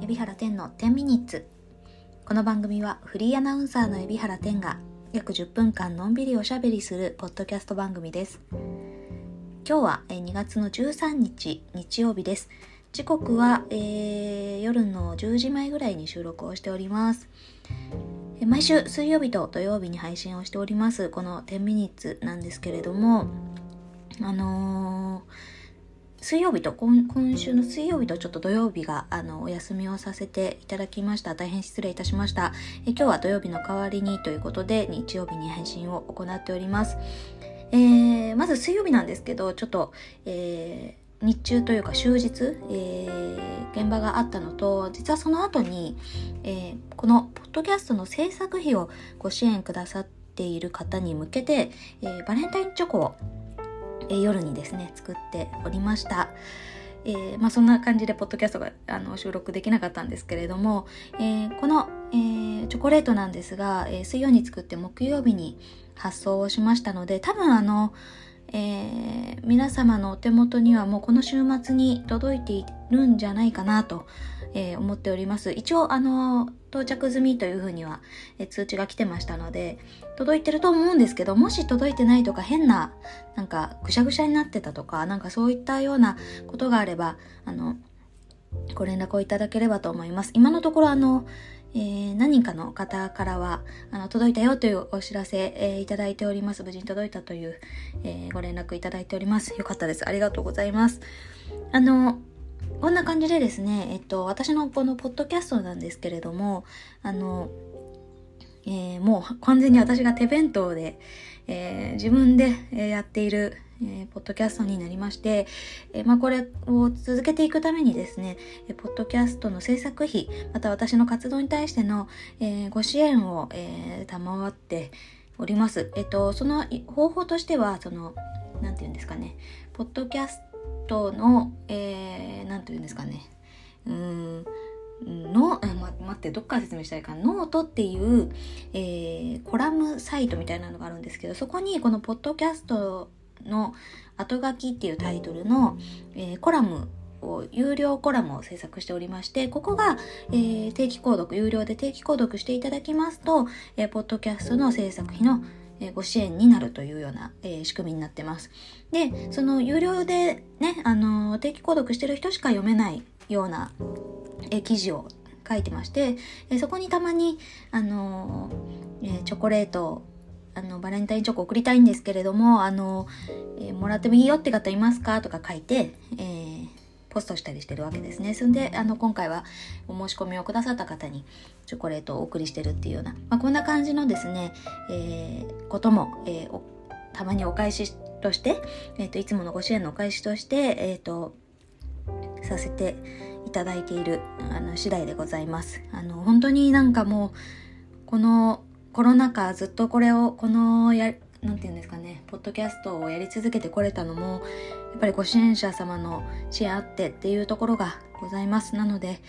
海老原天の10ミニッツ。この番組はフリーアナウンサーの海老原天が約10分間のんびりおしゃべりするポッドキャスト番組です。今日は2月の13日日曜日です。時刻は、夜の10時前ぐらいに収録をしております。毎週水曜日と土曜日に配信をしておりますこの10ミニッツなんですけれども、水曜日と今週の水曜日とちょっと土曜日がお休みをさせていただきました。大変失礼いたしました。今日は土曜日の代わりにということで日曜日に配信を行っております。まず水曜日なんですけど、ちょっと、日中というか終日、現場があったのと、実はその後に、このポッドキャストの制作費をご支援くださっている方に向けて、バレンタインチョコを夜にですね作っておりました。そんな感じでポッドキャストが収録できなかったんですけれども、この、チョコレートなんですが、水曜に作って木曜日に発送をしましたので、多分皆様のお手元にはもうこの週末に届いているんじゃないかなと、思っております。一応到着済みというふうには、通知が来てましたので届いてると思うんですけど、もし届いてないとか変ななんかぐしゃぐしゃになってたとか、なんかそういったようなことがあればご連絡をいただければと思います。今のところ何人かの方からは届いたよというお知らせ、いただいております。無事に届いたという、ご連絡いただいております。よかったです。ありがとうございます。こんな感じでですね、私のこのポッドキャストなんですけれども、もう完全に私が手弁当で、自分で、やっている、ポッドキャストになりまして、これを続けていくためにですね、ポッドキャストの制作費、また私の活動に対しての、ご支援を、賜っております。その方法としては、なんていうんですかね、ポッドキャストの、なんていうんですかね、待ってどっから説明したらいいかな。ノートっていう、コラムサイトみたいなのがあるんですけど、そこにこのポッドキャストの後書きっていうタイトルの、コラムを有料コラムを制作しておりまして、ここが、定期購読、有料で定期購読していただきますと、ポッドキャストの制作費のご支援になるというような、仕組みになってます。で、その有料でね、定期購読してる人しか読めないような、記事を書いてまして、そこにたまにチョコレートバレンタインチョコ送りたいんですけれどももらってもいいよって方いますかとか書いて、ポストしたりしてるわけですね。それで今回はお申し込みをくださった方にチョコレートをお送りしてるっていうような、こんな感じのですね、ことも、たまにお返しとして、いつものご支援のお返しとして、させていただいている次第でございます。本当になんかもうこのコロナ禍ずっとなんていうんですかね、ポッドキャストをやり続けてこれたのもやっぱりご支援者様の支援あってっていうところがございます。なので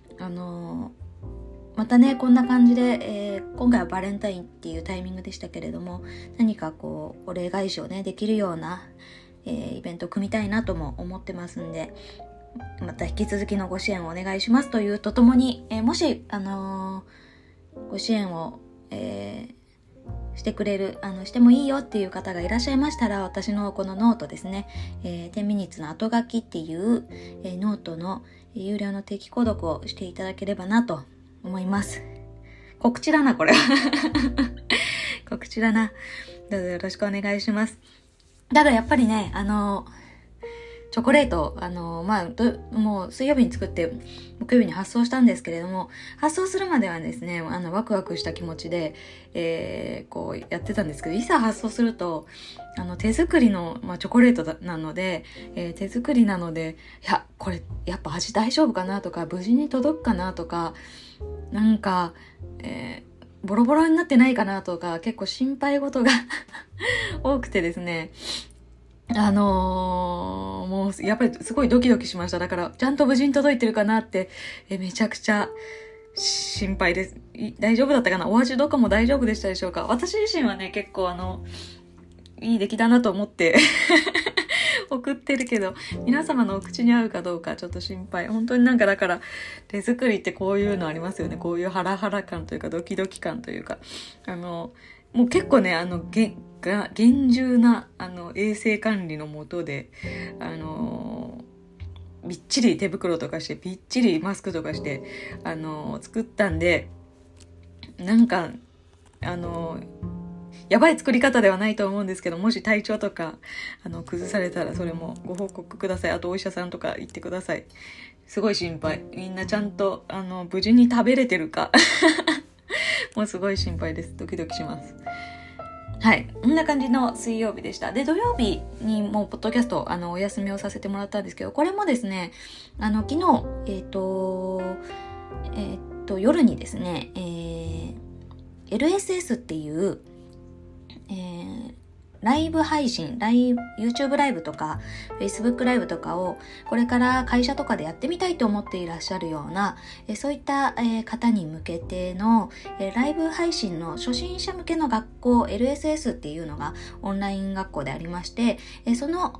またねこんな感じで、今回はバレンタインっていうタイミングでしたけれども、何かこうお礼返しをねできるような、イベントを組みたいなとも思ってますんで、また引き続きのご支援をお願いしますというとともに、もしご支援を、してくれるしてもいいよっていう方がいらっしゃいましたら、私のこのノートですね、10ミニッツの後書きっていう、ノートの有料の定期購読をしていただければなと思います。告知だなこれ告知だな。どうぞよろしくお願いします。ただやっぱりねチョコレート、もう水曜日に作って木曜日に発送したんですけれども、発送するまではですね、ワクワクした気持ちで、こうやってたんですけど、いざ発送すると、手作りの、チョコレートなので、手作りなので、いや、これ、やっぱ味大丈夫かなとか、無事に届くかなとか、なんか、ボロボロになってないかなとか、結構心配事が多くてですね、もうやっぱりすごいドキドキしました。だからちゃんと無事に届いてるかなってめちゃくちゃ心配です。大丈夫だったかな。お味どこも大丈夫でしたでしょうか。私自身はね結構いい出来だなと思って送ってるけど、皆様のお口に合うかどうかちょっと心配。本当になんかだから手作りってこういうのありますよね。こういうハラハラ感というかドキドキ感というか、もう結構ね、厳重な衛生管理のもとでびっちり手袋とかしてびっちりマスクとかして作ったんで、なんかやばい作り方ではないと思うんですけど、もし体調とか崩されたらそれもご報告ください。あとお医者さんとか行ってください。すごい心配。みんなちゃんと無事に食べれてるかもうすごい心配です。ドキドキします。はい。こんな感じの水曜日でした。で、土曜日にもうポッドキャストお休みをさせてもらったんですけど、これもですね、昨日夜にですね、LSS っていう、ライブ配信、YouTube ライブとか Facebook ライブとかをこれから会社とかでやってみたいと思っていらっしゃるような、そういった、方に向けての、ライブ配信の初心者向けの学校 LSS っていうのがオンライン学校でありまして、その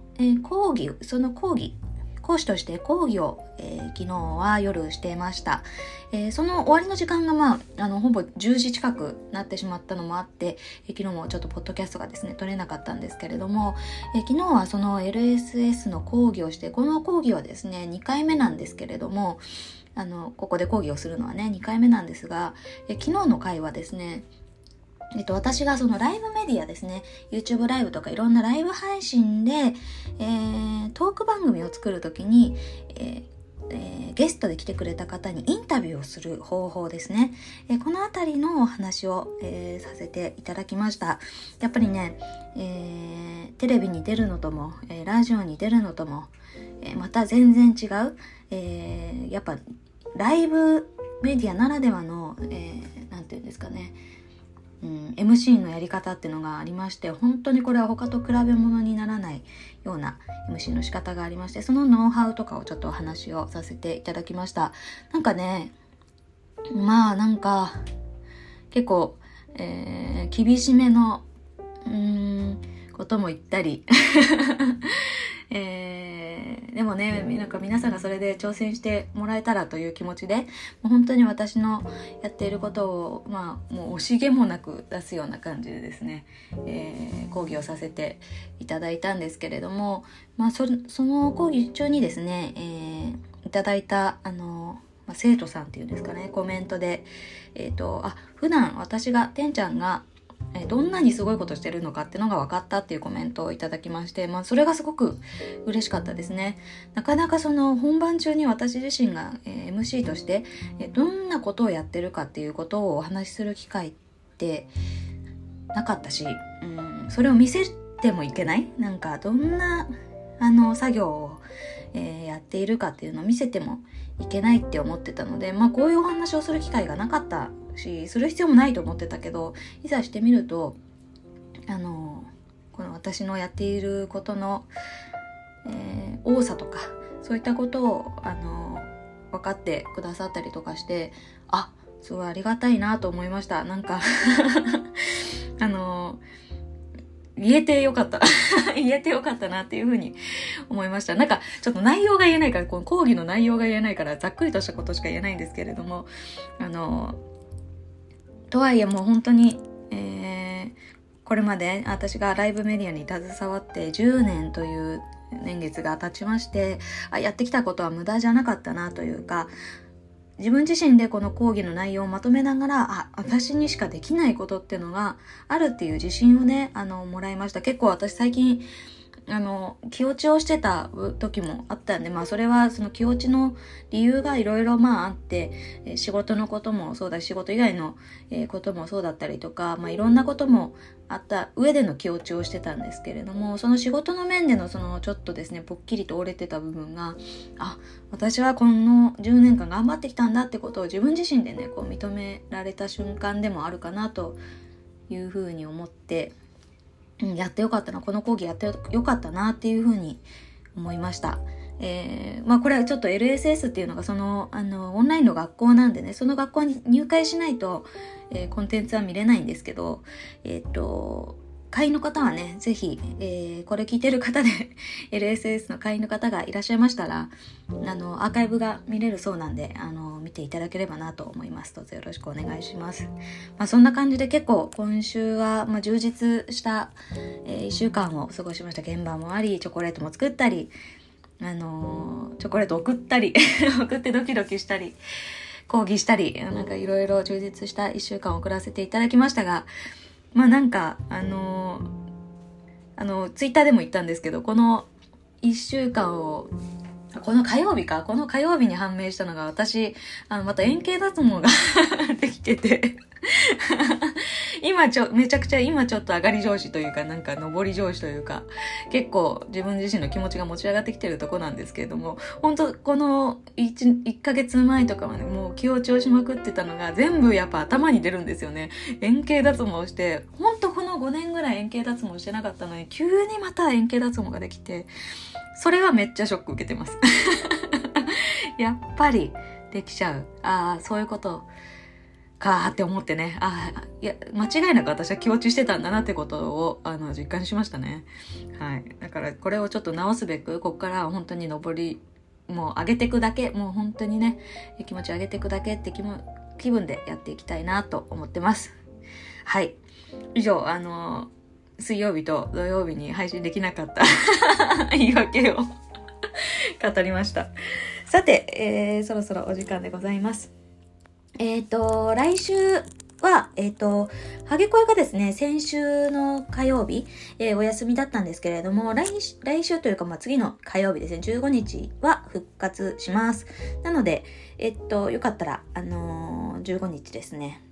講師として講義を、昨日は夜してました。その終わりの時間がほぼ10時近くなってしまったのもあって、昨日もちょっとポッドキャストがですね撮れなかったんですけれども、昨日はその LSS の講義をして、この講義はですね2回目なんですけれども、ここで講義をするのはね2回目なんですが、昨日の回はですね、私がそのライブメディアですね、YouTube ライブとかいろんなライブ配信で、トーク番組を作るときに、ゲストで来てくれた方にインタビューをする方法ですね。このあたりのお話を、させていただきました。やっぱりね、テレビに出るのとも、ラジオに出るのとも、また全然違う、やっぱライブメディアならではの、なんていうんですかね、MC のやり方っていうのがありまして、本当にこれは他と比べ物にならないような MC の仕方がありまして、そのノウハウとかをちょっとお話をさせていただきました。なんかね、なんか結構、厳しめのことも言ったりでもね、なんか皆さんがそれで挑戦してもらえたらという気持ちで、もう本当に私のやっていることをもう惜しげもなく出すような感じでですね、講義をさせていただいたんですけれども、その講義中にですね、いただいた生徒さんっていうんですかね、コメントで普段てんちゃんがどんなにすごいことしてるのかっていうのが分かったっていうコメントをいただきまして、それがすごく嬉しかったですね。なかなかその本番中に私自身が、MC としてどんなことをやってるかっていうことをお話しする機会ってなかったし、それを見せてもいけない、なんかどんな作業を、やっているかっていうのを見せてもいけないって思ってたので、こういうお話をする機会がなかったし、する必要もないと思ってたけど、いざしてみるとこの私のやっていることの、多さとかそういったことを分かってくださったりとかして、すごいありがたいなと思いました。なんか言えてよかった言えてよかったなっていうふうに思いました。なんかちょっと内容が言えないから、この講義の内容が言えないからざっくりとしたことしか言えないんですけれども、とはいえもう本当に、これまで私がライブメディアに携わって10年という年月が経ちまして、やってきたことは無駄じゃなかったなというか、自分自身でこの講義の内容をまとめながら、私にしかできないことっていうのがあるっていう自信をね、もらいました。結構私最近気落ちをしてた時もあったんで、それはその気落ちの理由がいろいろあって、仕事のこともそうだし、仕事以外のこともそうだったりとか、いろんなこともあった上での気落ちをしてたんですけれども、その仕事の面でのそのちょっとですね、ぽっきりと折れてた部分が、私はこの10年間頑張ってきたんだってことを自分自身でね、こう認められた瞬間でもあるかなというふうに思って、やってよかったな、この講義やってよかったなっていうふうに思いました。これはちょっと LSS っていうのがそのオンラインの学校なんでね、その学校に入会しないと、コンテンツは見れないんですけど、 会員の方はね、ぜひ、これ聞いてる方でLSS の会員の方がいらっしゃいましたら、アーカイブが見れるそうなんで、見ていただければなと思います。どうぞよろしくお願いします。そんな感じで結構今週は、充実した、1週間を過ごしました。現場もあり、チョコレートも作ったり、チョコレート送ったり送ってドキドキしたり講義したり、なんかいろいろ充実した1週間を送らせていただきましたが、なんかツイッターでも言ったんですけど、この1週間をこの火曜日に判明したのが、私また円形脱毛ができててめちゃくちゃ今ちょっと上がり調子というか、なんか上り調子というか、結構自分自身の気持ちが持ち上がってきてるとこなんですけれども、本当この 1ヶ月前とかまでもう気落ちをしまくってたのが全部やっぱ頭に出るんですよね。円形脱毛して、本当この5年ぐらい円形脱毛してなかったのに、急にまた円形脱毛ができて、それはめっちゃショック受けてますやっぱりできちゃう。そういうことかーって思ってね。いや、間違いなく私は気落ちしてたんだなってことを実感しましたね。はい。だからこれをちょっと直すべく、ここからは本当に上りもう上げていくだけ、もう本当にね、気持ち上げていくだけって気分でやっていきたいなと思ってます。はい。以上、水曜日と土曜日に配信できなかった言い訳を語りました。さて、そろそろお時間でございます。来週は、ハゲ恋がですね、先週の火曜日、お休みだったんですけれども、来週というか、次の火曜日ですね、15日は復活します。なので、よかったら、15日ですね、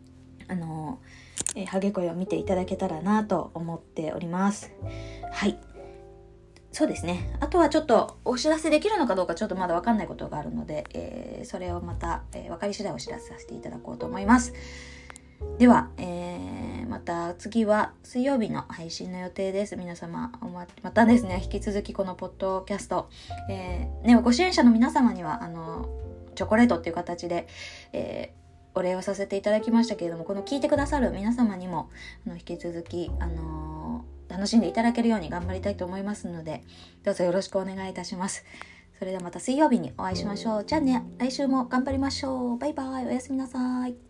ハゲ恋を見ていただけたらなと思っております。はい。そうですね。あとはちょっとお知らせできるのかどうかちょっとまだわかんないことがあるので、それをまた、分かり次第お知らせさせていただこうと思います。では、また次は水曜日の配信の予定です。皆様またですね、引き続きこのポッドキャスト、ご支援者の皆様にはチョコレートっていう形で、お礼をさせていただきましたけれども、この聞いてくださる皆様にも引き続き楽しんでいただけるように頑張りたいと思いますので、どうぞよろしくお願いいたします。それではまた水曜日にお会いしましょう。じゃあね、来週も頑張りましょう。バイバイ。おやすみなさい。